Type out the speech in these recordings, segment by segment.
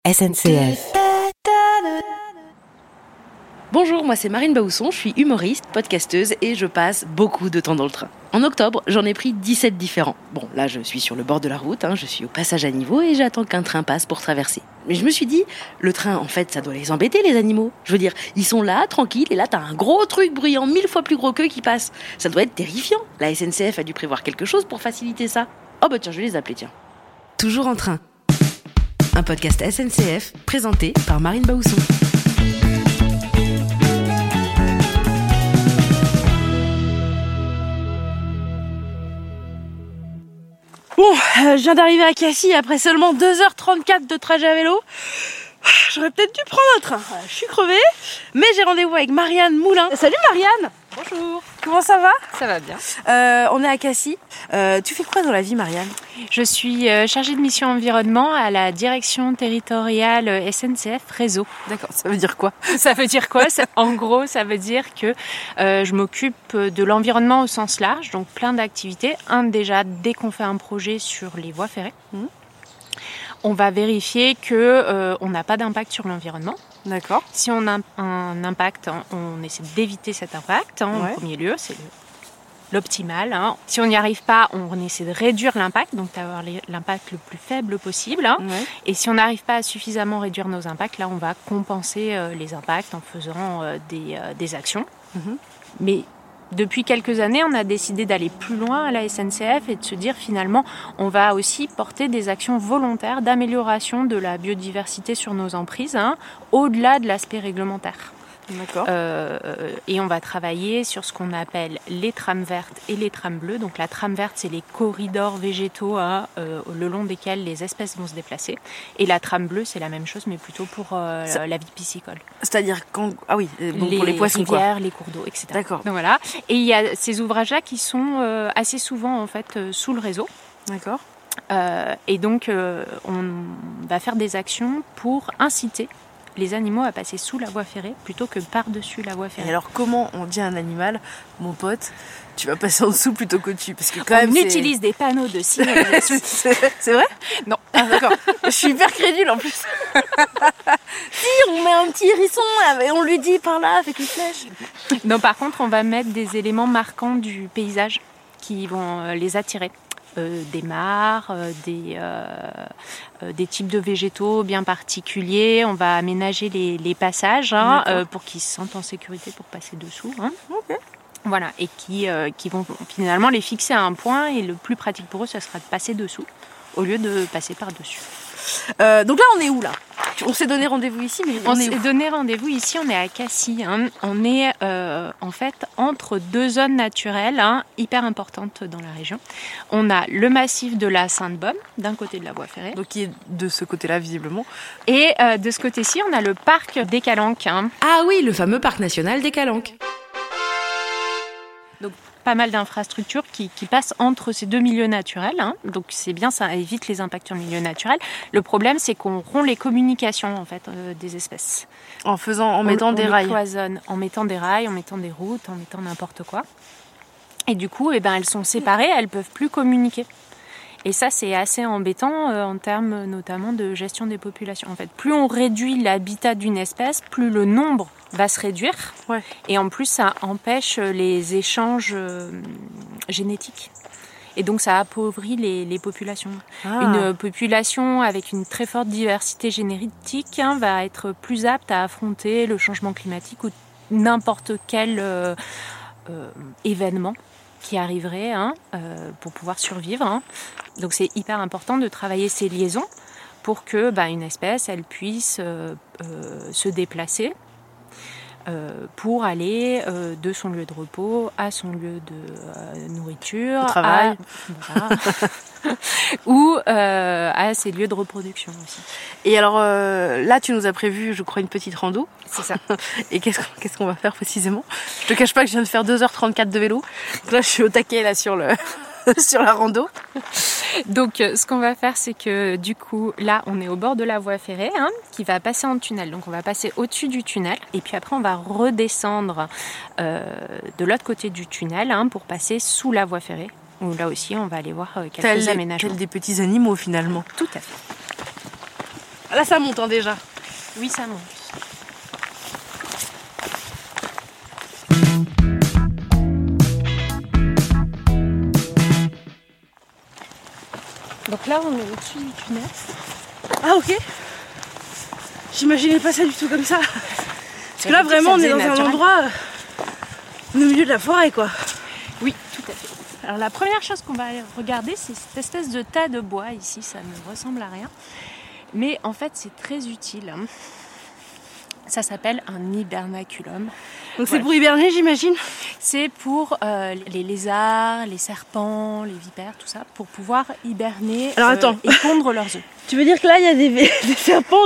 SNCF. Bonjour, moi c'est Marine Baousson, je suis humoriste, podcasteuse et je passe beaucoup de temps dans le train. En octobre, j'en ai pris 17 différents. Bon, là je suis sur le bord de la route, je suis au passage à niveau et j'attends qu'un train passe pour traverser. Mais je me suis dit, le train en fait ça doit les embêter les animaux. Je veux dire, ils sont là, tranquilles, et là t'as un gros truc bruyant 1000 fois plus gros qu'eux qui passe. Ça doit être terrifiant. La SNCF a dû prévoir quelque chose pour faciliter ça. Oh bah tiens, je vais les appeler, tiens. Toujours en train. Un podcast SNCF présenté par Marine Baousson. Bon, je viens d'arriver à Cassis après seulement 2h34 de trajet à vélo. J'aurais peut-être dû prendre un train. Je suis crevée, mais j'ai rendez-vous avec Marianne Moulin. Salut Marianne. Bonjour. Comment ça va ? Ça va bien. On est à Cassis. Tu fais quoi dans la vie, Marianne ? Je suis chargée de mission environnement à la direction territoriale SNCF Réseau. D'accord, ça veut dire quoi ? Ça veut dire quoi ? En gros, ça veut dire que je m'occupe de l'environnement au sens large, donc plein d'activités. Déjà, dès qu'on fait un projet sur les voies ferrées, on va vérifier qu'on n'a pas d'impact sur l'environnement. D'accord. Si on a un impact, on essaie d'éviter cet impact. En premier lieu, c'est l'optimal. Si on n'y arrive pas, on essaie de réduire l'impact, donc d'avoir l'impact le plus faible possible. Et si on n'arrive pas à suffisamment réduire nos impacts, là, on va compenser les impacts en faisant des actions. Mais depuis quelques années, on a décidé d'aller plus loin à la SNCF et de se dire finalement, on va aussi porter des actions volontaires d'amélioration de la biodiversité sur nos emprises, au-delà de l'aspect réglementaire. D'accord. Et on va travailler sur ce qu'on appelle les trames vertes et les trames bleues. Donc la trame verte, c'est les corridors végétaux le long desquels les espèces vont se déplacer. Et la trame bleue, c'est la même chose, mais plutôt pour la vie piscicole. C'est-à-dire quand... Ah oui, bon, pour les poissons, rivières, quoi. Les cours d'eau, etc. D'accord. Donc voilà. Et il y a ces ouvrages-là qui sont assez souvent en fait sous le réseau. D'accord. Et donc on va faire des actions pour inciter les animaux à passer sous la voie ferrée plutôt que par-dessus la voie ferrée. Et alors comment on dit à un animal, mon pote, tu vas passer en dessous plutôt qu'au-dessus, parce que quand même on utilise des panneaux de signalisation. C'est vrai ? Non. Ah d'accord. Je suis hyper crédule en plus. Si, on met un petit hérisson et on lui dit par là avec une flèche. Non, par contre, on va mettre des éléments marquants du paysage qui vont les attirer. Des mares, des types de végétaux bien particuliers. On va aménager les passages pour qu'ils se sentent en sécurité pour passer dessous. Okay. Voilà, et qui vont finalement les fixer à un point et le plus pratique pour eux, ce sera de passer dessous au lieu de passer par-dessus. Donc là, on est où là ? On s'est donné rendez-vous ici, mais on s'est donné rendez-vous ici, on est à Cassis. On est en fait entre deux zones naturelles hyper importantes dans la région. On a le massif de la Sainte-Baume, d'un côté de la voie ferrée. Donc qui est de ce côté-là, visiblement. Et de ce côté-ci, on a le parc des Calanques. Ah oui, le fameux parc national des Calanques. Donc pas mal d'infrastructures qui passent entre ces deux milieux naturels. Donc c'est bien, ça évite les impacts sur le milieu naturel. Le problème, c'est qu'on rompt les communications en fait, des espèces. En mettant des rails. Cloisonne, en mettant des rails, en mettant des routes, en mettant n'importe quoi. Et du coup, elles sont séparées, elles ne peuvent plus communiquer. Et ça, c'est assez embêtant en termes notamment de gestion des populations. En fait, plus on réduit l'habitat d'une espèce, plus le nombre va se réduire. Ouais. Et en plus, ça empêche les échanges génétiques. Et donc, ça appauvrit les populations. Une population avec une très forte diversité génétique va être plus apte à affronter le changement climatique ou n'importe quel événement qui arriverait pour pouvoir survivre. Donc c'est hyper important de travailler ces liaisons pour que une espèce elle puisse se déplacer pour aller de son lieu de repos à son lieu de nourriture, au travail, ou à ses lieux de reproduction aussi. Et alors là, tu nous as prévu, je crois, une petite rando. C'est ça. Et qu'est-ce qu'on va faire précisément ? Je te cache pas que je viens de faire 2h34 de vélo. Donc là, je suis au taquet là sur la rando. Donc, ce qu'on va faire, c'est que du coup, là, on est au bord de la voie ferrée qui va passer en tunnel. Donc, on va passer au-dessus du tunnel et puis après, on va redescendre de l'autre côté du tunnel pour passer sous la voie ferrée. Où là aussi, on va aller voir quelques aménagements. Tels des petits animaux finalement. Tout à fait. Là, ça monte déjà. Oui, ça monte. Donc là, on est au-dessus du tunnel. Ah, ok. J'imaginais pas ça du tout comme ça. Parce que là, vraiment, on est dans un endroit au milieu de la forêt, quoi. Oui, tout à fait. Alors la première chose qu'on va aller regarder, c'est cette espèce de tas de bois ici. Ça ne ressemble à rien. Mais en fait, c'est très utile. Ça s'appelle un hibernaculum. Donc c'est pour hiberner, j'imagine. C'est pour les lézards, les serpents, les vipères, tout ça, pour pouvoir hiberner et pondre leurs œufs. Tu veux dire que là, il y a des serpents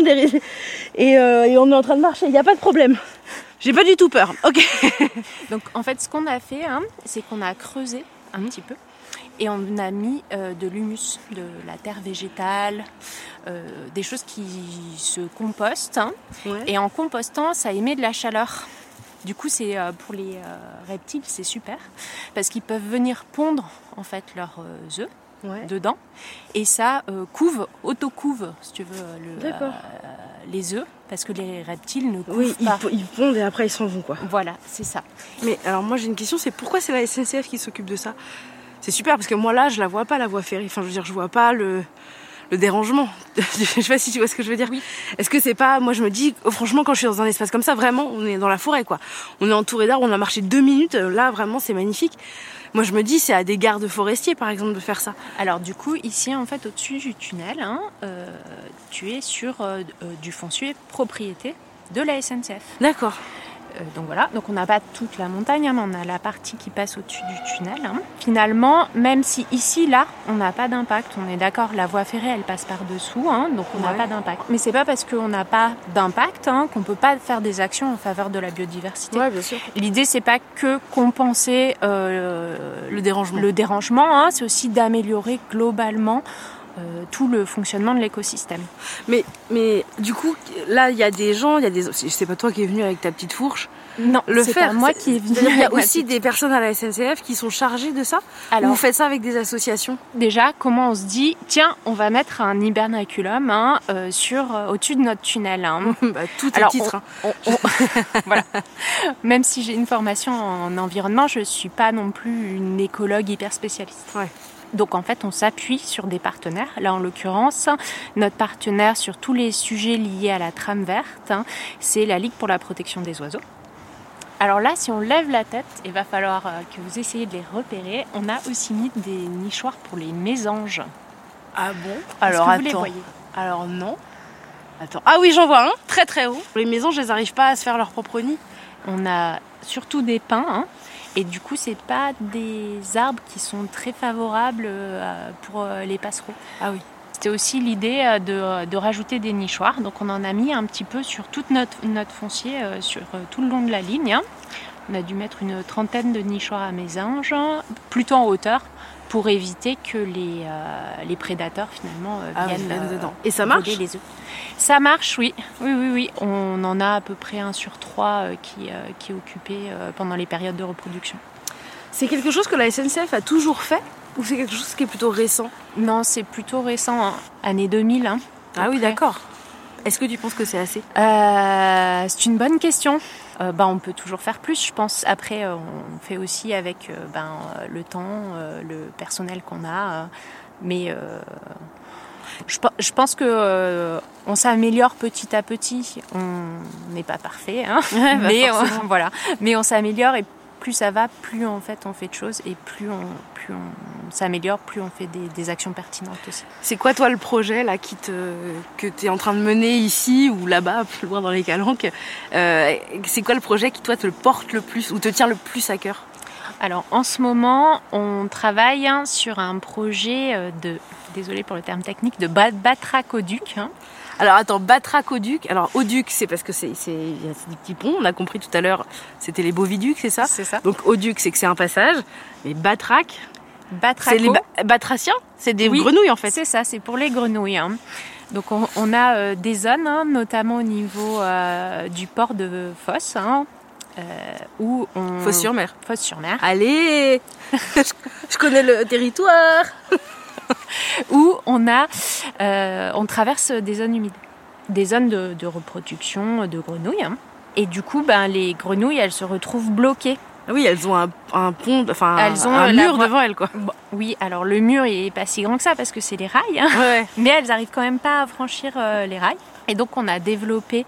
et on est en train de marcher, il n'y a pas de problème. J'ai pas du tout peur. Ok. Donc en fait, ce qu'on a fait, c'est qu'on a creusé un petit peu et on a mis de l'humus, de la terre végétale, des choses qui se compostent. Ouais. Et en compostant, ça émet de la chaleur. Du coup, c'est pour les reptiles, c'est super parce qu'ils peuvent venir pondre en fait leurs œufs dedans et ça auto-couve, si tu veux, les œufs parce que les reptiles ne couvent pas. Ils pondent et après ils s'en vont, quoi. Voilà, c'est ça. Mais alors moi j'ai une question, c'est pourquoi c'est la SNCF qui s'occupe de ça ? C'est super parce que moi là je la vois pas, la voie ferrée. Enfin je veux dire, je vois pas le dérangement. Je sais pas si tu vois ce que je veux dire. Oui. Est-ce que c'est pas... Moi je me dis, franchement quand je suis dans un espace comme ça, vraiment on est dans la forêt, quoi. On est entouré d'arbres, on a marché 2 minutes, là vraiment c'est magnifique. Moi je me dis c'est à des gardes forestiers par exemple de faire ça. Alors du coup ici en fait au-dessus du tunnel, tu es sur du foncier propriété de la SNCF. D'accord. Donc voilà, donc on n'a pas toute la montagne, mais on a la partie qui passe au-dessus du tunnel. Finalement, même si ici, là, on n'a pas d'impact, on est d'accord, la voie ferrée, elle passe par-dessous, donc on n'a pas d'impact. Mais c'est pas parce qu'on n'a pas d'impact qu'on peut pas faire des actions en faveur de la biodiversité. Ouais, bien sûr. L'idée, c'est pas que compenser le dérangement, c'est aussi d'améliorer globalement tout le fonctionnement de l'écosystème. Mais du coup, là, il y a des gens, c'est pas toi qui es venu avec ta petite fourche. Non, c'est pas moi qui est venu. Il y a aussi des personnes à la SNCF qui sont chargées de ça. Alors, ou vous faites ça avec des associations ? Déjà, comment on se dit, tiens, on va mettre un hibernaculum au-dessus de notre tunnel. Tout est titre. Voilà. Même si j'ai une formation en environnement, je suis pas non plus une écologue hyper spécialiste. Ouais. Donc en fait, on s'appuie sur des partenaires. Là, en l'occurrence, notre partenaire sur tous les sujets liés à la trame verte, c'est la Ligue pour la protection des oiseaux. Alors là, si on lève la tête, il va falloir que vous essayiez de les repérer. On a aussi mis des nichoirs pour les mésanges. Ah bon ? Alors attends. Vous les voyez ? Alors non. Attends. Ah oui, j'en vois un, très très haut. Les mésanges, elles n'arrivent pas à se faire leur propre nid. On a surtout des pins, et du coup, c'est pas des arbres qui sont très favorables pour les passereaux. Ah oui. C'était aussi l'idée de rajouter des nichoirs. Donc on en a mis un petit peu sur toute notre foncier, sur tout le long de la ligne. On a dû mettre une 30aine de nichoirs à mésanges, plutôt en hauteur, pour éviter que les prédateurs finalement viennent dedans. Et ça marche ? Voler les œufs. Ça marche, oui. Oui. On en a à peu près 1 sur 3 qui est occupé pendant les périodes de reproduction. C'est quelque chose que la SNCF a toujours fait ? Ou c'est quelque chose qui est plutôt récent ? Non, c'est plutôt récent, année 2000. Ah oui, d'accord. Est-ce que tu penses que c'est assez ? C'est une bonne question. On peut toujours faire plus, je pense. Après, on fait aussi avec le temps, le personnel qu'on a. Mais je pense que on s'améliore petit à petit. On n'est pas parfait, mais voilà. Mais on s'améliore et plus ça va, plus en fait on fait de choses et plus on s'améliore, plus on fait des actions pertinentes aussi. C'est quoi toi le projet là que tu es en train de mener ici ou là-bas, plus loin dans les Calanques ? C'est quoi le projet qui toi te le porte le plus ou te tient le plus à cœur ? Alors en ce moment, on travaille sur un projet désolée pour le terme technique, de batracoduc. Alors attends, batracoduc. Alors oduc, c'est parce que c'est des petits ponts. On a compris tout à l'heure, c'était les boviducs, c'est ça ? C'est ça. Donc oduc, c'est que c'est un passage. Mais batraco, c'est les batraciens. C'est des grenouilles en fait. C'est ça, c'est pour les grenouilles. Donc on a des zones, notamment au niveau du port de Fos, où on... Fos-sur-Mer. Fos-sur-Mer. Allez, je connais le territoire. Où on traverse des zones humides. des zones de reproduction de grenouilles. Hein. Et du coup, les grenouilles, elles se retrouvent bloquées. Ah oui, elles ont un pont, elles ont un mur devant elles, quoi. Bon, oui, alors le mur, il n'est pas si grand que ça parce que c'est les rails. Hein. Ouais. Mais elles n'arrivent quand même pas à franchir les rails. Et donc, on a développé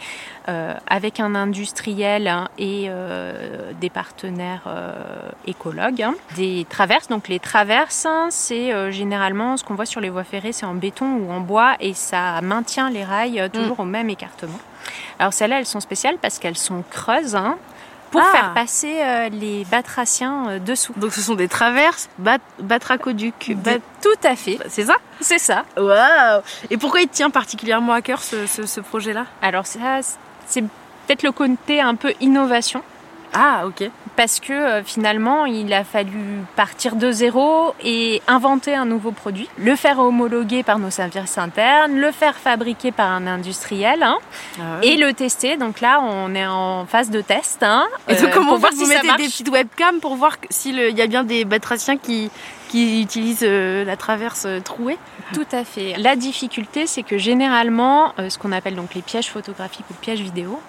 avec un industriel et des partenaires écologues des traverses. Donc, les traverses, c'est généralement ce qu'on voit sur les voies ferrées, c'est en béton ou en bois et ça maintient les rails toujours au même écartement. Alors, celles-là, elles sont spéciales parce qu'elles sont creuses pour faire passer les batraciens dessous. Donc, ce sont des traverses batracoducs. Tout à fait. C'est ça ? C'est ça. Waouh ! Et pourquoi il te tient particulièrement à cœur ce projet-là ? Alors ça, c'est peut-être le côté un peu innovation. Ah, ok. Parce que finalement, il a fallu partir de zéro et inventer un nouveau produit, le faire homologuer par nos services internes, le faire fabriquer par un industriel et le tester. Donc là, on est en phase de test. Et donc, comment voir si vous ça mettez marche. Des petites webcams pour voir s'il y a bien des batraciens qui utilisent la traverse trouée ? Tout à fait. La difficulté, c'est que généralement, ce qu'on appelle donc les pièges photographiques ou pièges vidéo,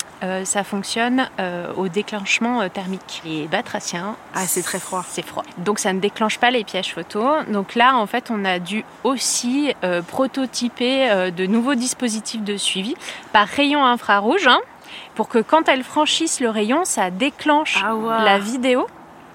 ça fonctionne au déclenchement thermique. Les batraciens, c'est très froid. C'est froid. Donc ça ne déclenche pas les pièges photo. Donc là, en fait, on a dû aussi prototyper de nouveaux dispositifs de suivi par rayon infrarouge pour que quand elles franchissent le rayon, ça déclenche la vidéo.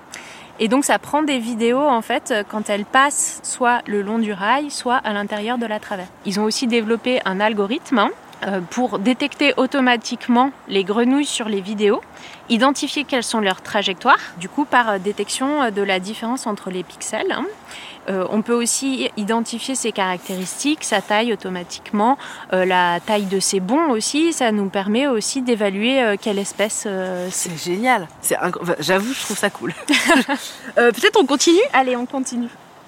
Et donc ça prend des vidéos en fait quand elles passent soit le long du rail, soit à l'intérieur de la traverse. Ils ont aussi développé un algorithme pour détecter automatiquement les grenouilles sur les vidéos, identifier quelles sont leurs trajectoires, du coup par détection de la différence entre les pixels. On peut aussi identifier ses caractéristiques, sa taille automatiquement, la taille de ses bonds aussi. Ça nous permet aussi d'évaluer quelle espèce c'est génial. J'avoue, je trouve ça cool. Peut-être on continue ? Allez, on continue.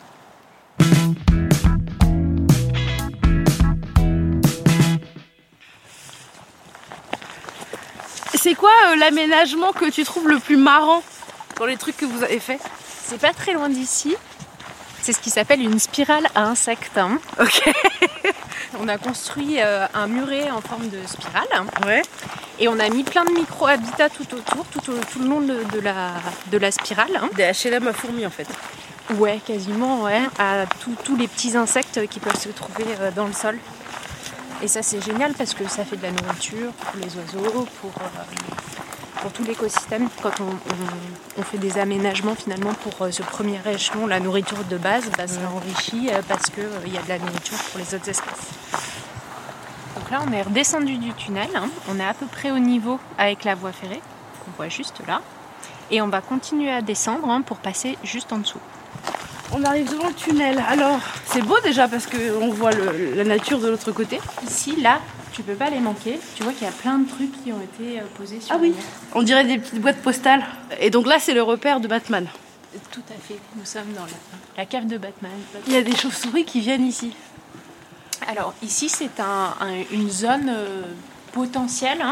C'est quoi l'aménagement que tu trouves le plus marrant dans les trucs que vous avez fait ? C'est pas très loin d'ici. C'est ce qui s'appelle une spirale à insectes. Ok. On a construit un muret en forme de spirale. Ouais. Et on a mis plein de micro-habitats tout autour, tout le long de la spirale. Des HLM à fourmis en fait. Ouais, quasiment, ouais. À tous les petits insectes qui peuvent se trouver dans le sol. Et ça, c'est génial parce que ça fait de la nourriture pour les oiseaux, pour tout l'écosystème. Quand on fait des aménagements finalement pour ce premier échelon, la nourriture de base, ça enrichit parce qu'il y a de la nourriture pour les autres espèces. Donc là, on est redescendu du tunnel. On est à peu près au niveau avec la voie ferrée, qu'on voit juste là. Et on va continuer à descendre pour passer juste en dessous. On arrive devant le tunnel. Alors, c'est beau déjà parce qu'on voit la nature de l'autre côté. Ici, là, tu peux pas les manquer. Tu vois qu'il y a plein de trucs qui ont été posés sur la mer. On dirait des petites boîtes postales. Et donc là, c'est le repère de Batman. Tout à fait. Nous sommes dans la cave de Batman. Il y a des chauves-souris qui viennent ici. Alors, ici, c'est une zone potentielle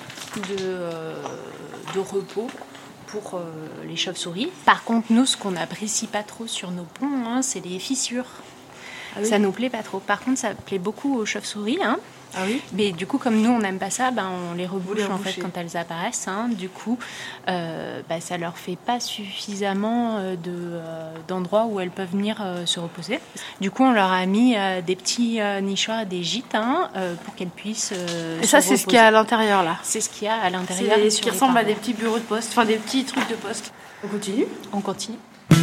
de repos pour les chauves-souris. Par contre, nous, ce qu'on n'apprécie pas trop sur nos ponts, c'est les fissures. Ah oui. Ça nous plaît pas trop. Par contre, ça plaît beaucoup aux chauves-souris. Ah oui. Mais du coup, comme nous, on n'aime pas ça, on les rebouche en fait quand elles apparaissent. Du coup, ça leur fait pas suffisamment d'endroits où elles peuvent venir se reposer. Du coup, on leur a mis des petits nichoirs, des gîtes pour qu'elles puissent et ça, c'est ce qu'il y a à l'intérieur là. C'est ce qu'il y a à l'intérieur. C'est ce qui ressemble à des petits bureaux de poste, enfin des petits trucs de poste. On continue ? On continue.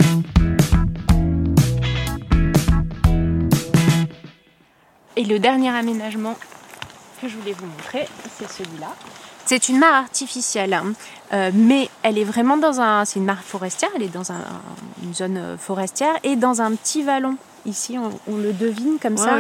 Et le dernier aménagement que je voulais vous montrer, c'est celui-là. C'est une mare artificielle, mais elle est vraiment c'est une mare forestière, elle est dans une zone forestière et dans un petit vallon. Ici, on le devine comme ça,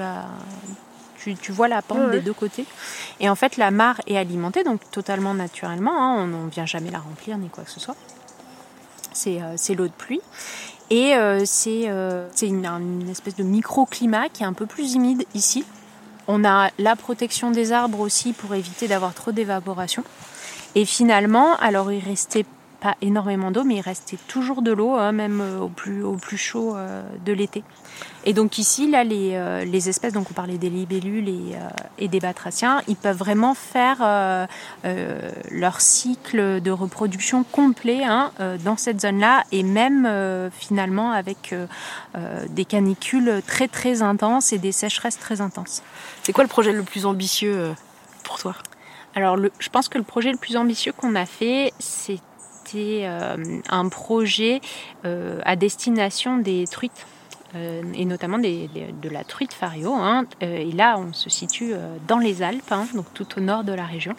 tu vois la pente des deux côtés. Et en fait, la mare est alimentée, donc totalement naturellement, on ne vient jamais la remplir ni quoi que ce soit. C'est l'eau de pluie. Et c'est une espèce de microclimat qui est un peu plus humide ici. On a la protection des arbres aussi pour éviter d'avoir trop d'évaporation. Et finalement, alors il restait pas énormément d'eau, mais il restait toujours de l'eau, même au plus chaud de l'été. Et donc ici, là, les espèces, donc on parlait des libellules et des batraciens, ils peuvent vraiment faire leur cycle de reproduction complet dans cette zone-là, et même finalement avec des canicules très très intenses et des sécheresses très intenses. C'est quoi le projet le plus ambitieux pour toi ? Alors, je pense que le projet le plus ambitieux qu'on a fait, c'était un projet à destination des truites, et notamment de la truite fario. Et là, on se situe dans les Alpes, donc tout au nord de la région.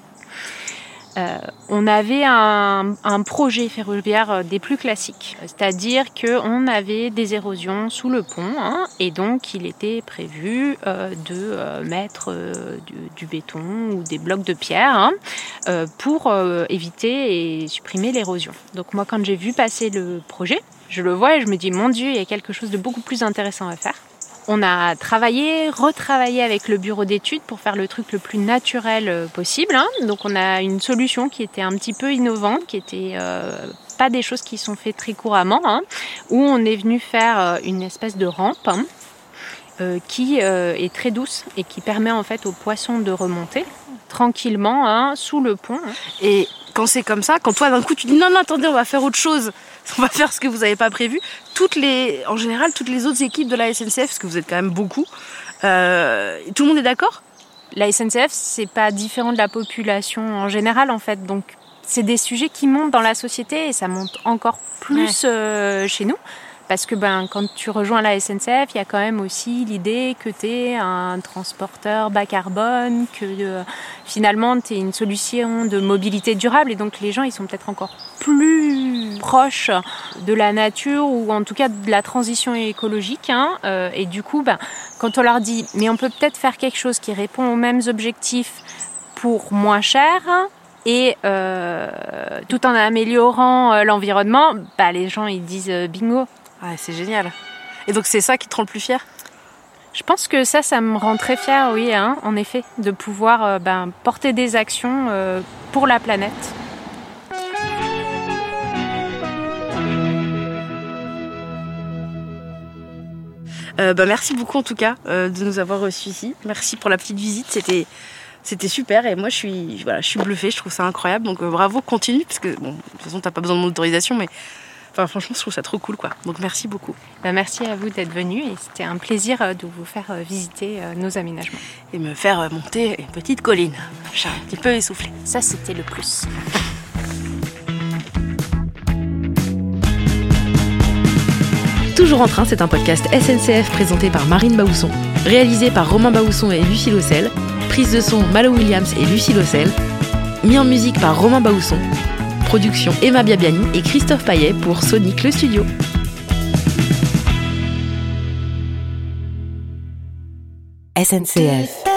On avait un projet ferroviaire des plus classiques, c'est-à-dire qu'on avait des érosions sous le pont, et donc il était prévu de mettre du béton ou des blocs de pierre pour éviter et supprimer l'érosion. Donc moi, quand j'ai vu passer le projet, je le vois et je me dis, mon Dieu, il y a quelque chose de beaucoup plus intéressant à faire. On a retravaillé avec le bureau d'études pour faire le truc le plus naturel possible. Donc on a une solution qui était un petit peu innovante, qui était pas des choses qui sont faites très couramment, où on est venu faire une espèce de rampe qui est très douce et qui permet en fait aux poissons de remonter tranquillement sous le pont. Et quand c'est comme ça, quand toi d'un coup tu dis non, attendez, on va faire autre chose, on va faire ce que vous n'avez pas prévu, en général toutes les autres équipes de la SNCF, parce que vous êtes quand même beaucoup, tout le monde est d'accord ? La SNCF, c'est pas différent de la population en général en fait, donc c'est des sujets qui montent dans la société et ça monte encore plus chez nous. Parce que quand tu rejoins la SNCF, il y a quand même aussi l'idée que tu es un transporteur bas carbone, que finalement tu es une solution de mobilité durable, et donc les gens ils sont peut-être encore plus proches de la nature, ou en tout cas de la transition écologique. Et du coup, quand on leur dit mais on peut peut-être faire quelque chose qui répond aux mêmes objectifs pour moins cher, et tout en améliorant l'environnement, les gens ils disent bingo. Ah, c'est génial. Et donc c'est ça qui te rend le plus fier ? Je pense que ça me rend très fière, oui, en effet, de pouvoir porter des actions pour la planète. Merci beaucoup en tout cas de nous avoir reçus ici. Merci pour la petite visite, c'était super, et moi je suis bluffée, je trouve ça incroyable. Donc bravo, continue, parce que de toute façon t'as pas besoin de mon autorisation, mais franchement, je trouve ça trop cool, quoi. Donc, merci beaucoup. Merci à vous d'être venus, et c'était un plaisir de vous faire visiter nos aménagements. Et me faire monter une petite colline. Je suis un petit peu essoufflée. Ça, c'était le plus. Toujours en train, c'est un podcast SNCF présenté par Marine Baousson, réalisé par Romain Baousson et Lucie Lossel, prise de son Malo Williams et Lucie Lossel, mis en musique par Romain Baousson. Production Emma Biabiani et Christophe Paillet pour Sonic le studio. SNCF.